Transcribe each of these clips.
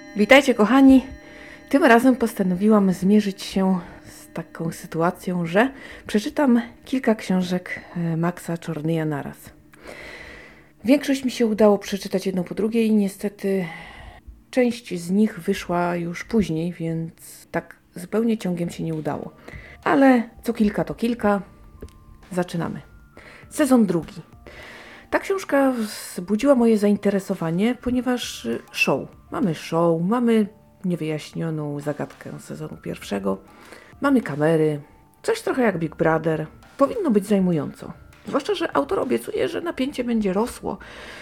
Witajcie kochani! Tym razem postanowiłam zmierzyć się z taką sytuacją, że przeczytam kilka książek Maxa Czornyja naraz. Większość mi się udało przeczytać jedną po drugiej i niestety część z nich wyszła już później, więc tak zupełnie ciągiem się nie udało. Ale co kilka to kilka. Zaczynamy. Sezon drugi. Ta książka wzbudziła moje zainteresowanie, ponieważ mamy niewyjaśnioną zagadkę sezonu pierwszego, mamy kamery, coś trochę jak Big Brother. Powinno być zajmująco. Zwłaszcza, że autor obiecuje, że napięcie będzie rosło,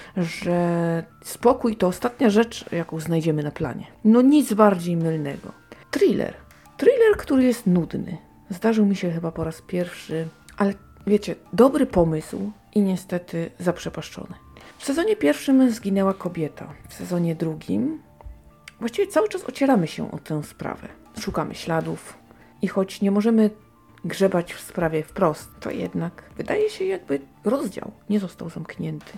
że spokój to ostatnia rzecz, jaką znajdziemy na planie. No nic bardziej mylnego. Thriller, który jest nudny. Zdarzył mi się chyba po raz pierwszy, ale wiecie, dobry pomysł i niestety zaprzepaszczony. W sezonie pierwszym zginęła kobieta. W sezonie drugim właściwie cały czas ocieramy się o tę sprawę. Szukamy śladów i choć nie możemy grzebać w sprawie wprost, to jednak wydaje się, jakby rozdział nie został zamknięty.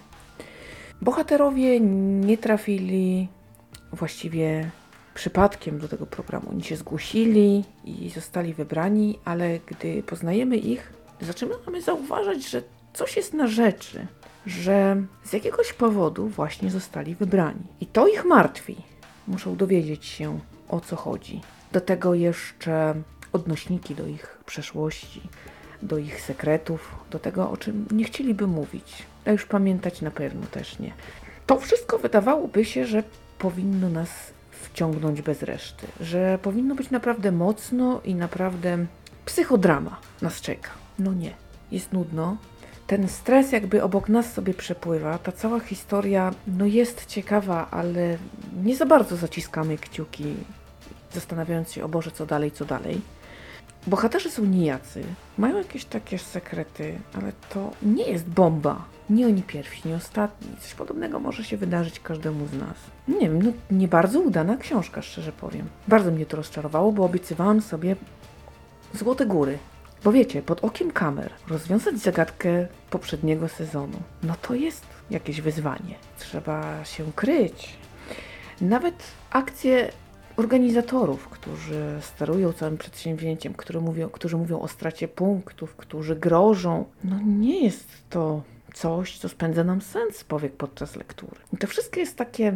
Bohaterowie nie trafili właściwie przypadkiem do tego programu. Oni się zgłosili i zostali wybrani, ale gdy poznajemy ich, zaczynamy zauważać, że coś jest na rzeczy, że z jakiegoś powodu właśnie zostali wybrani. I to ich martwi. Muszą dowiedzieć się, o co chodzi. Do tego jeszcze odnośniki do ich przeszłości, do ich sekretów, do tego, o czym nie chcieliby mówić. A już pamiętać na pewno też nie. To wszystko wydawałoby się, że powinno nas wciągnąć bez reszty, że powinno być naprawdę mocno i naprawdę psychodrama nas czeka. No nie, jest nudno. Ten stres jakby obok nas sobie przepływa. Ta cała historia jest ciekawa, ale nie za bardzo zaciskamy kciuki, zastanawiając się, o Boże, co dalej, co dalej. Bohaterzy są nijacy, mają jakieś takie sekrety, ale to nie jest bomba. Nie oni pierwsi, nie ostatni. Coś podobnego może się wydarzyć każdemu z nas. Nie wiem, nie bardzo udana książka, szczerze powiem. Bardzo mnie to rozczarowało, bo obiecywałam sobie złote góry. Bo wiecie, pod okiem kamer rozwiązać zagadkę poprzedniego sezonu, to jest jakieś wyzwanie. Trzeba się kryć. Nawet akcje organizatorów, którzy sterują całym przedsięwzięciem, którzy mówią o stracie punktów, którzy grożą, nie jest to coś, co spędza nam sens z powiek podczas lektury. I to wszystko jest takie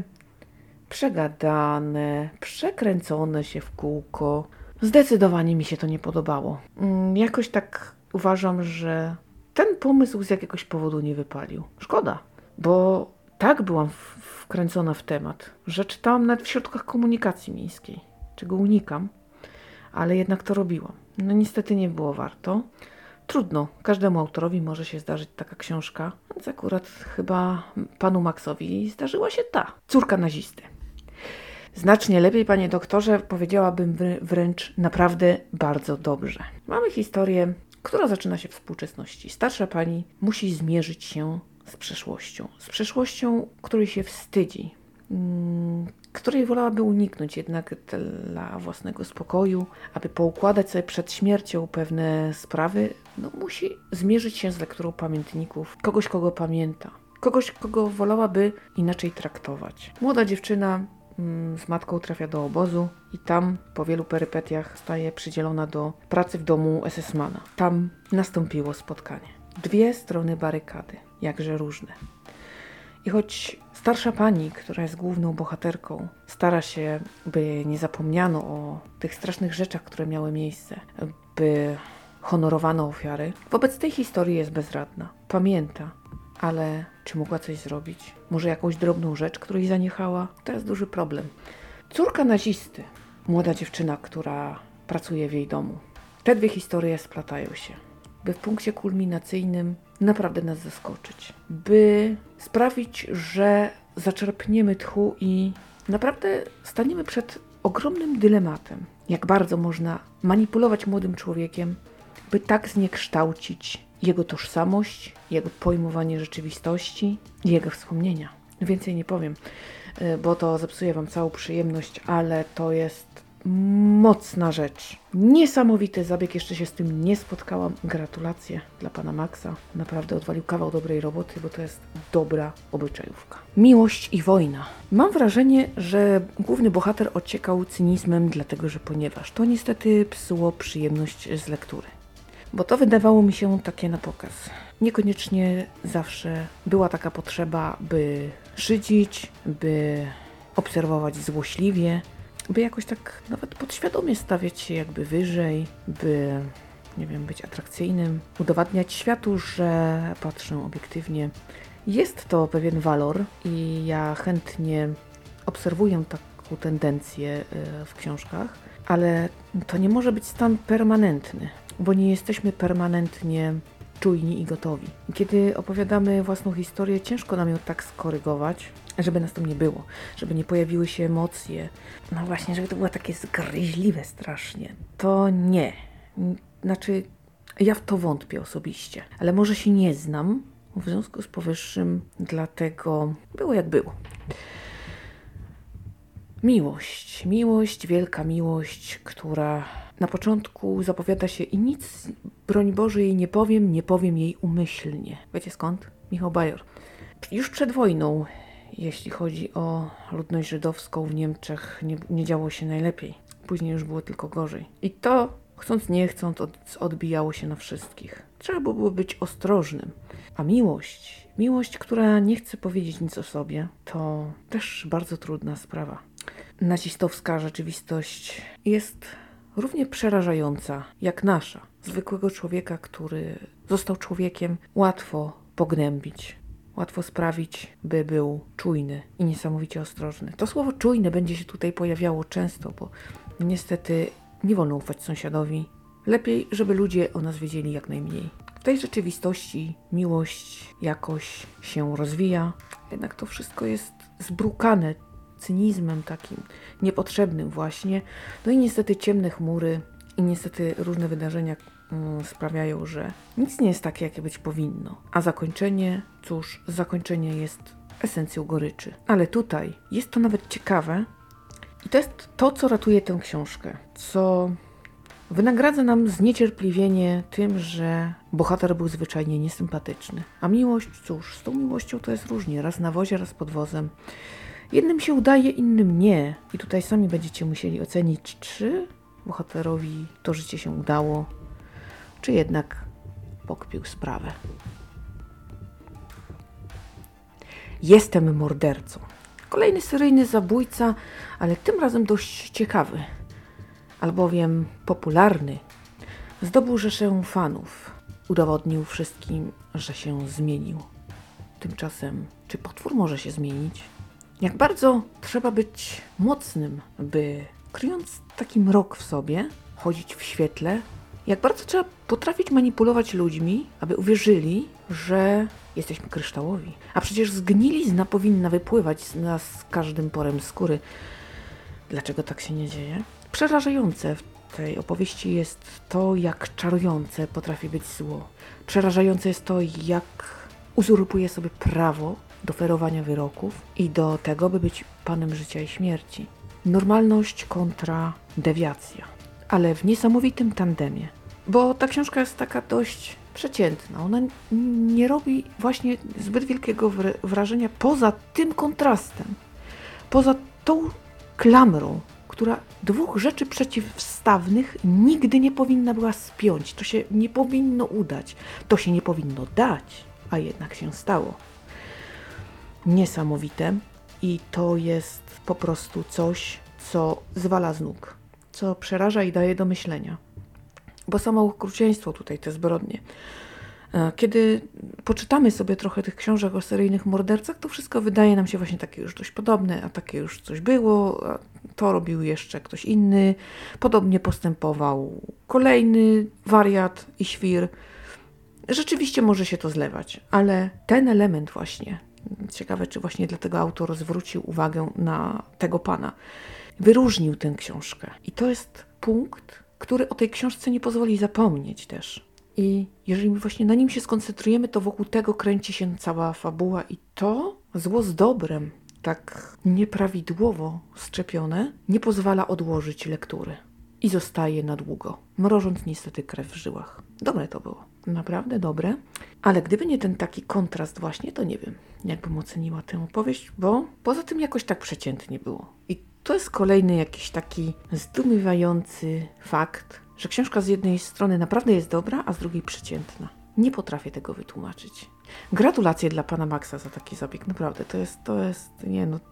przegadane, przekręcone się w kółko. Zdecydowanie mi się to nie podobało. Jakoś tak uważam, że ten pomysł z jakiegoś powodu nie wypalił. Szkoda, bo tak byłam wkręcona w temat, że czytałam nawet w środkach komunikacji miejskiej, czego unikam, ale jednak to robiłam. Niestety nie było warto. Trudno, każdemu autorowi może się zdarzyć taka książka, więc akurat chyba panu Maxowi zdarzyła się ta, Córka nazisty. Znacznie lepiej, panie doktorze, powiedziałabym wręcz naprawdę bardzo dobrze. Mamy historię, która zaczyna się w współczesności. Starsza pani musi zmierzyć się z przeszłością, której się wstydzi, której wolałaby uniknąć jednak dla własnego spokoju, aby poukładać sobie przed śmiercią pewne sprawy, musi zmierzyć się z lekturą pamiętników, kogoś, kogo pamięta, kogoś, kogo wolałaby inaczej traktować. Młoda dziewczyna z matką trafia do obozu i tam po wielu perypetiach zostaje przydzielona do pracy w domu SS-mana. Tam nastąpiło spotkanie. Dwie strony barykady, jakże różne. I choć starsza pani, która jest główną bohaterką, stara się, by nie zapomniano o tych strasznych rzeczach, które miały miejsce, by honorowano ofiary, wobec tej historii jest bezradna. Pamięta, ale czy mogła coś zrobić? Może jakąś drobną rzecz, której zaniechała? To jest duży problem. Córka nazisty, młoda dziewczyna, która pracuje w jej domu. Te dwie historie splatają się, by w punkcie kulminacyjnym naprawdę nas zaskoczyć. By sprawić, że zaczerpniemy tchu i naprawdę staniemy przed ogromnym dylematem. Jak bardzo można manipulować młodym człowiekiem, by tak zniekształcić jego tożsamość, jego pojmowanie rzeczywistości i jego wspomnienia. Więcej nie powiem, bo to zepsuje wam całą przyjemność, ale to jest mocna rzecz. Niesamowity zabieg, jeszcze się z tym nie spotkałam. Gratulacje dla pana Maxa. Naprawdę odwalił kawał dobrej roboty, bo to jest dobra obyczajówka. Miłość i wojna. Mam wrażenie, że główny bohater ociekał cynizmem, dlatego że ponieważ to niestety psuło przyjemność z lektury. Bo to wydawało mi się takie na pokaz. Niekoniecznie zawsze była taka potrzeba, by szydzić, by obserwować złośliwie, by jakoś tak nawet podświadomie stawiać się jakby wyżej, by, nie wiem, być atrakcyjnym, udowadniać światu, że patrzę obiektywnie. Jest to pewien walor i ja chętnie obserwuję taką tendencję w książkach, ale to nie może być stan permanentny, bo nie jesteśmy permanentnie czujni i gotowi. Kiedy opowiadamy własną historię, ciężko nam ją tak skorygować, żeby nas tam nie było, żeby nie pojawiły się emocje. No właśnie, żeby to było takie zgryźliwe strasznie. To nie. Znaczy, ja w to wątpię osobiście, ale może się nie znam w związku z powyższym, dlatego było jak było. Miłość, wielka miłość, która na początku zapowiada się i nic, broń Boże, jej nie powiem jej umyślnie. Wiecie skąd? Michał Bajor. Już przed wojną, jeśli chodzi o ludność żydowską w Niemczech, nie działo się najlepiej. Później już było tylko gorzej. I to, chcąc nie chcąc, odbijało się na wszystkich. Trzeba było być ostrożnym. A miłość, która nie chce powiedzieć nic o sobie, to też bardzo trudna sprawa. Nazistowska rzeczywistość jest równie przerażająca jak nasza. Zwykłego człowieka, który został człowiekiem, łatwo pognębić. Łatwo sprawić, by był czujny i niesamowicie ostrożny. To słowo czujny będzie się tutaj pojawiało często, bo niestety nie wolno ufać sąsiadowi. Lepiej, żeby ludzie o nas wiedzieli jak najmniej. W tej rzeczywistości miłość jakoś się rozwija, jednak to wszystko jest zbrukane cynizmem takim niepotrzebnym właśnie. No i niestety ciemne chmury i niestety różne wydarzenia sprawiają, że nic nie jest takie, jakie być powinno. A zakończenie, cóż, zakończenie jest esencją goryczy. Ale tutaj jest to nawet ciekawe i to jest to, co ratuje tę książkę, co wynagradza nam zniecierpliwienie tym, że bohater był zwyczajnie niesympatyczny. A miłość, cóż, z tą miłością to jest różnie, raz na wozie, raz pod wozem. Jednym się udaje, innym nie. I tutaj sami będziecie musieli ocenić, czy bohaterowi to życie się udało, czy jednak pokpił sprawę. Jestem mordercą. Kolejny seryjny zabójca, ale tym razem dość ciekawy, albowiem popularny. Zdobył rzeszę fanów. Udowodnił wszystkim, że się zmienił. Tymczasem, czy potwór może się zmienić? Jak bardzo trzeba być mocnym, by kryjąc taki mrok w sobie, chodzić w świetle, jak bardzo trzeba potrafić manipulować ludźmi, aby uwierzyli, że jesteśmy kryształowi. A przecież zgnilizna powinna wypływać z nas każdym porem skóry. Dlaczego tak się nie dzieje? Przerażające w tej opowieści jest to, jak czarujące potrafi być zło. Przerażające jest to, jak uzurpuje sobie prawo do ferowania wyroków i do tego, by być panem życia i śmierci. Normalność kontra dewiacja, ale w niesamowitym tandemie. Bo ta książka jest taka dość przeciętna. Ona nie robi właśnie zbyt wielkiego wrażenia poza tym kontrastem, poza tą klamrą, która dwóch rzeczy przeciwstawnych nigdy nie powinna była spiąć. To się nie powinno udać. To się nie powinno dać, a jednak się stało. Niesamowite i to jest po prostu coś, co zwala z nóg, co przeraża i daje do myślenia. Bo samo okrucieństwo tutaj, te zbrodnie. Kiedy poczytamy sobie trochę tych książek o seryjnych mordercach, to wszystko wydaje nam się właśnie takie już dość podobne, a takie już coś było, a to robił jeszcze ktoś inny, podobnie postępował kolejny wariat i świr. Rzeczywiście może się to zlewać, ale ten element właśnie, ciekawe, czy właśnie dlatego autor zwrócił uwagę na tego pana, wyróżnił tę książkę. I to jest punkt, który o tej książce nie pozwoli zapomnieć też. I jeżeli właśnie na nim się skoncentrujemy, to wokół tego kręci się cała fabuła i to zło z dobrem, tak nieprawidłowo szczepione nie pozwala odłożyć lektury i zostaje na długo, mrożąc niestety krew w żyłach. Dobre to było, naprawdę dobre, ale gdyby nie ten taki kontrast właśnie, to nie wiem, jakbym oceniła tę opowieść, bo poza tym jakoś tak przeciętnie było. I to jest kolejny jakiś taki zdumiewający fakt, że książka z jednej strony naprawdę jest dobra, a z drugiej przeciętna. Nie potrafię tego wytłumaczyć. Gratulacje dla pana Maxa za taki zabieg, naprawdę, to jest, nie no,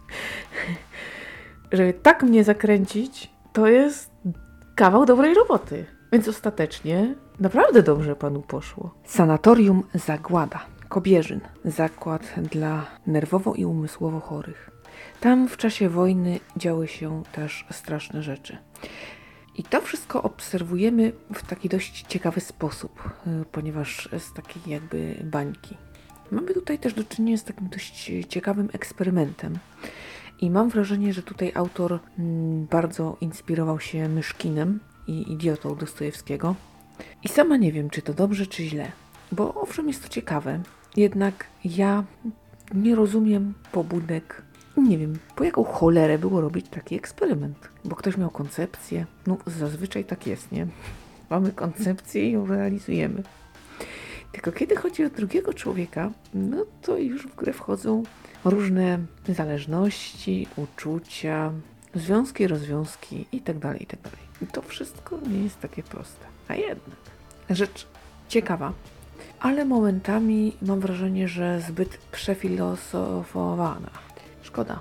żeby tak mnie zakręcić, to jest kawał dobrej roboty. Więc ostatecznie naprawdę dobrze panu poszło. Sanatorium Zagłada, Kobierzyn. Zakład dla nerwowo i umysłowo chorych. Tam w czasie wojny działy się też straszne rzeczy. I to wszystko obserwujemy w taki dość ciekawy sposób, ponieważ z takiej jakby bańki. Mamy tutaj też do czynienia z takim dość ciekawym eksperymentem. I mam wrażenie, że tutaj autor bardzo inspirował się Myszkinem i Idiotą Dostojewskiego. I sama nie wiem, czy to dobrze, czy źle. Bo owszem, jest to ciekawe. Jednak ja nie rozumiem pobudek. Nie wiem, po jaką cholerę było robić taki eksperyment. Bo ktoś miał koncepcję. No, zazwyczaj tak jest, nie? Mamy koncepcję i ją realizujemy. Tylko kiedy chodzi o drugiego człowieka, no to już w grę wchodzą różne zależności, uczucia, związki, rozwiązki itd., itd. I to wszystko nie jest takie proste. A jednak rzecz ciekawa, ale momentami mam wrażenie, że zbyt przefilosofowana. Szkoda,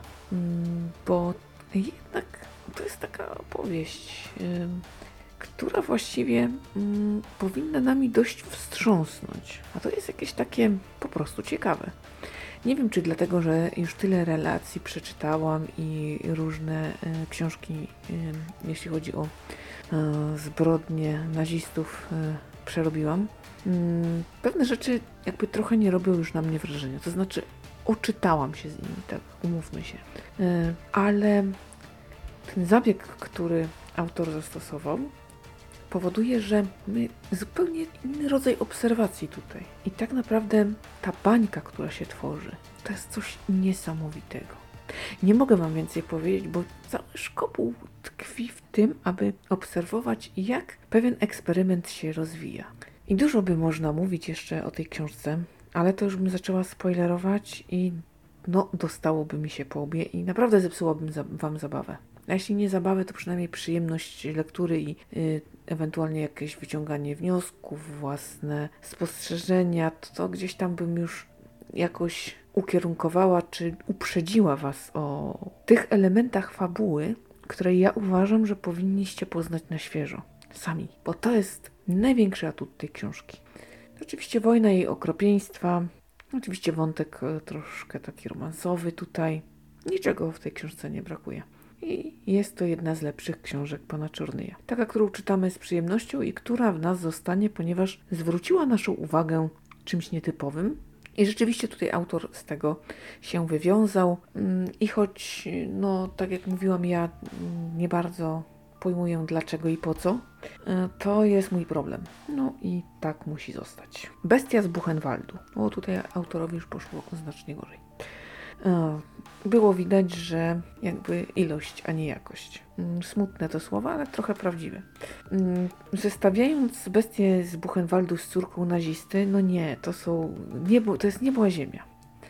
bo jednak to jest taka opowieść, która właściwie powinna nami dość wstrząsnąć. A to jest jakieś takie po prostu ciekawe. Nie wiem, czy dlatego, że już tyle relacji przeczytałam i różne książki, jeśli chodzi o zbrodnie nazistów, przerobiłam. Pewne rzeczy jakby trochę nie robią już na mnie wrażenia. To znaczy, oczytałam się z nimi, tak, umówmy się. Ale ten zabieg, który autor zastosował, powoduje, że my zupełnie inny rodzaj obserwacji tutaj. I tak naprawdę ta bańka, która się tworzy, to jest coś niesamowitego. Nie mogę wam więcej powiedzieć, bo cały szkopuł tkwi w tym, aby obserwować, jak pewien eksperyment się rozwija. I dużo by można mówić jeszcze o tej książce, ale to już bym zaczęła spoilerować i no, dostałoby mi się po łbie i naprawdę zepsułabym wam zabawę. A jeśli nie zabawę, to przynajmniej przyjemność lektury i ewentualnie jakieś wyciąganie wniosków, własne spostrzeżenia, to gdzieś tam bym już jakoś ukierunkowała czy uprzedziła was o tych elementach fabuły, które ja uważam, że powinniście poznać na świeżo. Sami. Bo to jest największy atut tej książki. Oczywiście wojna i okropieństwa. Oczywiście wątek troszkę taki romansowy tutaj. Niczego w tej książce nie brakuje. I jest to jedna z lepszych książek pana Czornyja. Taka, którą czytamy z przyjemnością i która w nas zostanie, ponieważ zwróciła naszą uwagę czymś nietypowym. I rzeczywiście tutaj autor z tego się wywiązał. I choć, no tak jak mówiłam, ja nie bardzo pojmuję dlaczego i po co, to jest mój problem. No i tak musi zostać. Bestia z Buchenwaldu. O, tutaj autorowi już poszło znacznie gorzej. Było widać, że jakby ilość, a nie jakość. Smutne to słowa, ale trochę prawdziwe. Zestawiając bestię z Buchenwaldu z córką nazisty, no nie, to jest niebła ziemia.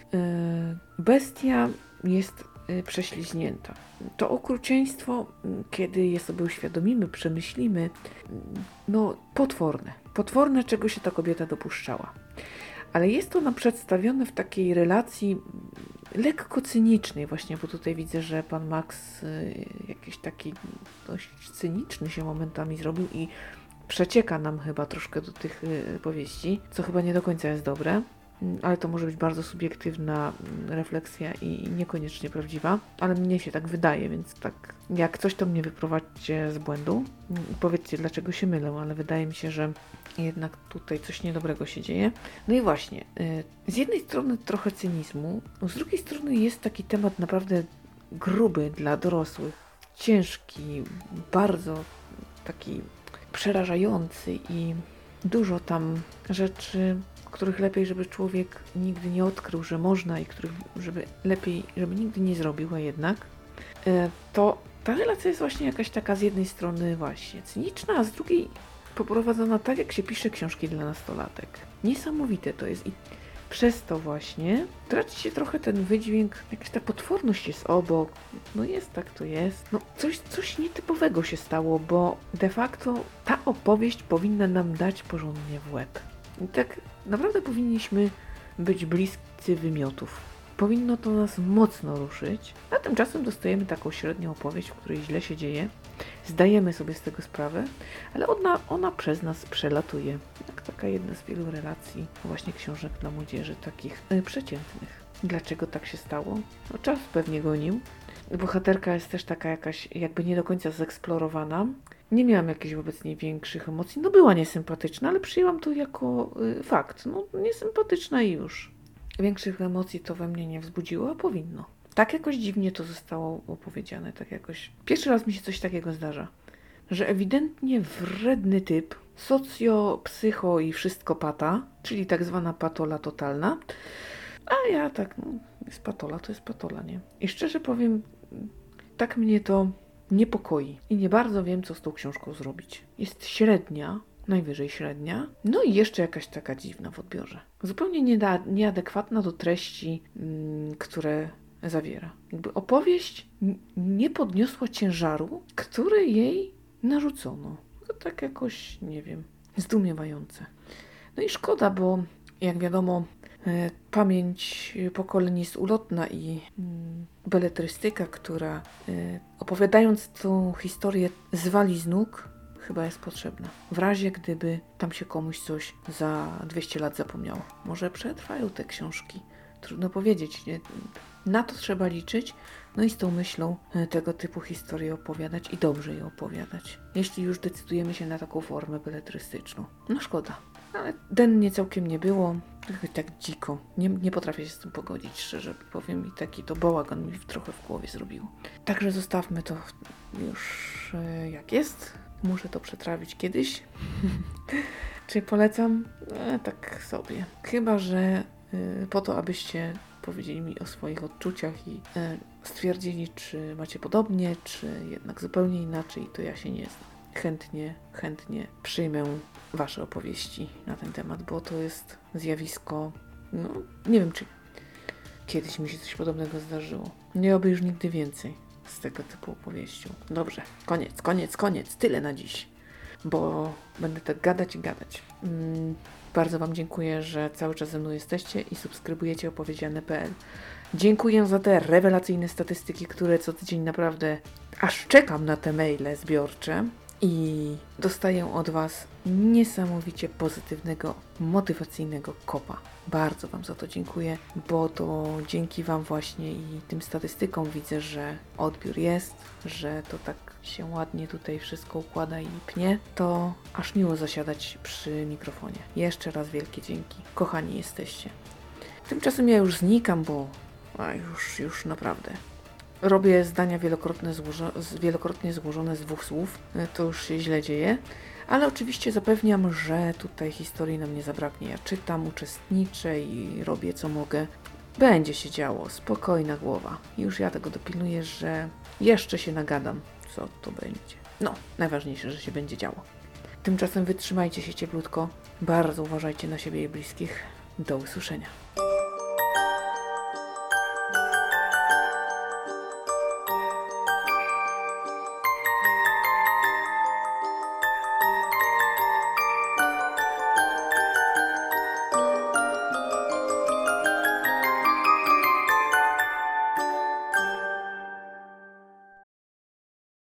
Bestia jest prześliźnięta. To okrucieństwo, kiedy je sobie uświadomimy, przemyślimy, no potworne. Potworne, czego się ta kobieta dopuszczała. Ale jest to nam przedstawione w takiej relacji lekko cynicznej właśnie, bo tutaj widzę, że pan Max jakiś taki dość cyniczny się momentami zrobił i przecieka nam chyba troszkę do tych powieści, co chyba nie do końca jest dobre, ale to może być bardzo subiektywna refleksja i niekoniecznie prawdziwa, ale mnie się tak wydaje, więc tak, jak coś to mnie wyprowadźcie z błędu i powiedzcie, dlaczego się mylę, ale wydaje mi się, że jednak tutaj coś niedobrego się dzieje. No i właśnie, z jednej strony trochę cynizmu, z drugiej strony jest taki temat naprawdę gruby dla dorosłych, ciężki, bardzo taki przerażający i Dużo tam rzeczy, których lepiej, żeby człowiek nigdy nie odkrył, że można i których lepiej, żeby nigdy nie zrobił, a jednak. To ta relacja jest właśnie jakaś taka z jednej strony właśnie cyniczna, a z drugiej poprowadzona tak, jak się pisze książki dla nastolatek. Niesamowite to jest i przez to właśnie traci się trochę ten wydźwięk, jakaś ta potworność jest obok. No jest, tak to jest. No coś nietypowego się stało, bo de facto ta opowieść powinna nam dać porządnie w łeb. I tak naprawdę powinniśmy być bliscy wymiotów. Powinno to nas mocno ruszyć, a tymczasem dostajemy taką średnią opowieść, w której źle się dzieje. Zdajemy sobie z tego sprawę, ale ona przez nas przelatuje. Jak taka jedna z wielu relacji właśnie książek dla młodzieży, takich przeciętnych. Dlaczego tak się stało? No, czas pewnie gonił. Bohaterka jest też taka jakaś jakby nie do końca zeksplorowana. Nie miałam jakichś wobec niej większych emocji. No była niesympatyczna, ale przyjęłam to jako fakt. No niesympatyczna i już. Większych emocji to we mnie nie wzbudziło, a powinno. Tak jakoś dziwnie to zostało opowiedziane, tak jakoś... Pierwszy raz mi się coś takiego zdarza, że ewidentnie wredny typ, socjo, psycho i wszystkopata, czyli tak zwana patola totalna, a ja tak, no, jest patola, nie? I szczerze powiem, tak mnie to niepokoi i nie bardzo wiem, co z tą książką zrobić. Jest średnia, najwyżej średnia, no i jeszcze jakaś taka dziwna w odbiorze. Zupełnie nieadekwatna do treści, które zawiera. Jakby opowieść nie podniosła ciężaru, który jej narzucono. To tak jakoś, nie wiem, zdumiewające. No i szkoda, bo jak wiadomo, pamięć pokoleń jest ulotna i beletrystyka, która opowiadając tą historię zwali z nóg, chyba jest potrzebna. W razie, gdyby tam się komuś coś za 200 lat zapomniało. Może przetrwają te książki. Trudno powiedzieć. Nie? Na to trzeba liczyć. No i z tą myślą tego typu historie opowiadać i dobrze je opowiadać. Jeśli już decydujemy się na taką formę beletrystyczną. No szkoda. Ale dennie całkiem nie było. Tak dziko. Nie potrafię się z tym pogodzić, szczerze powiem. I taki to bałagan mi trochę w głowie zrobiło. Także zostawmy to już jak jest. Muszę to przetrawić kiedyś. Czy polecam? Tak sobie. Chyba że po to, abyście powiedzieli mi o swoich odczuciach i stwierdzili, czy macie podobnie, czy jednak zupełnie inaczej, to ja się nie znam. Chętnie przyjmę wasze opowieści na ten temat, bo to jest zjawisko, no nie wiem, czy kiedyś mi się coś podobnego zdarzyło. Nie oby już nigdy więcej z tego typu opowieścią. Dobrze, koniec, tyle na dziś, bo będę tak gadać i gadać. Bardzo wam dziękuję, że cały czas ze mną jesteście i subskrybujecie opowiedziane.pl. Dziękuję za te rewelacyjne statystyki, które co tydzień naprawdę aż czekam na te maile zbiorcze i dostaję od was niesamowicie pozytywnego, motywacyjnego kopa. Bardzo wam za to dziękuję, bo to dzięki wam właśnie i tym statystykom widzę, że odbiór jest, że to tak się ładnie tutaj wszystko układa i pnie, to aż miło zasiadać przy mikrofonie. Jeszcze raz wielkie dzięki. Kochani jesteście. Tymczasem ja już znikam, bo już naprawdę. Robię zdania wielokrotnie złożone z dwóch słów. To już się źle dzieje. Ale oczywiście zapewniam, że tutaj historii nam nie zabraknie. Ja czytam, uczestniczę i robię co mogę. Będzie się działo. Spokojna głowa. Już ja tego dopilnuję, że jeszcze się nagadam, co to będzie. No, najważniejsze, że się będzie działo. Tymczasem wytrzymajcie się cieplutko. Bardzo uważajcie na siebie i bliskich. Do usłyszenia.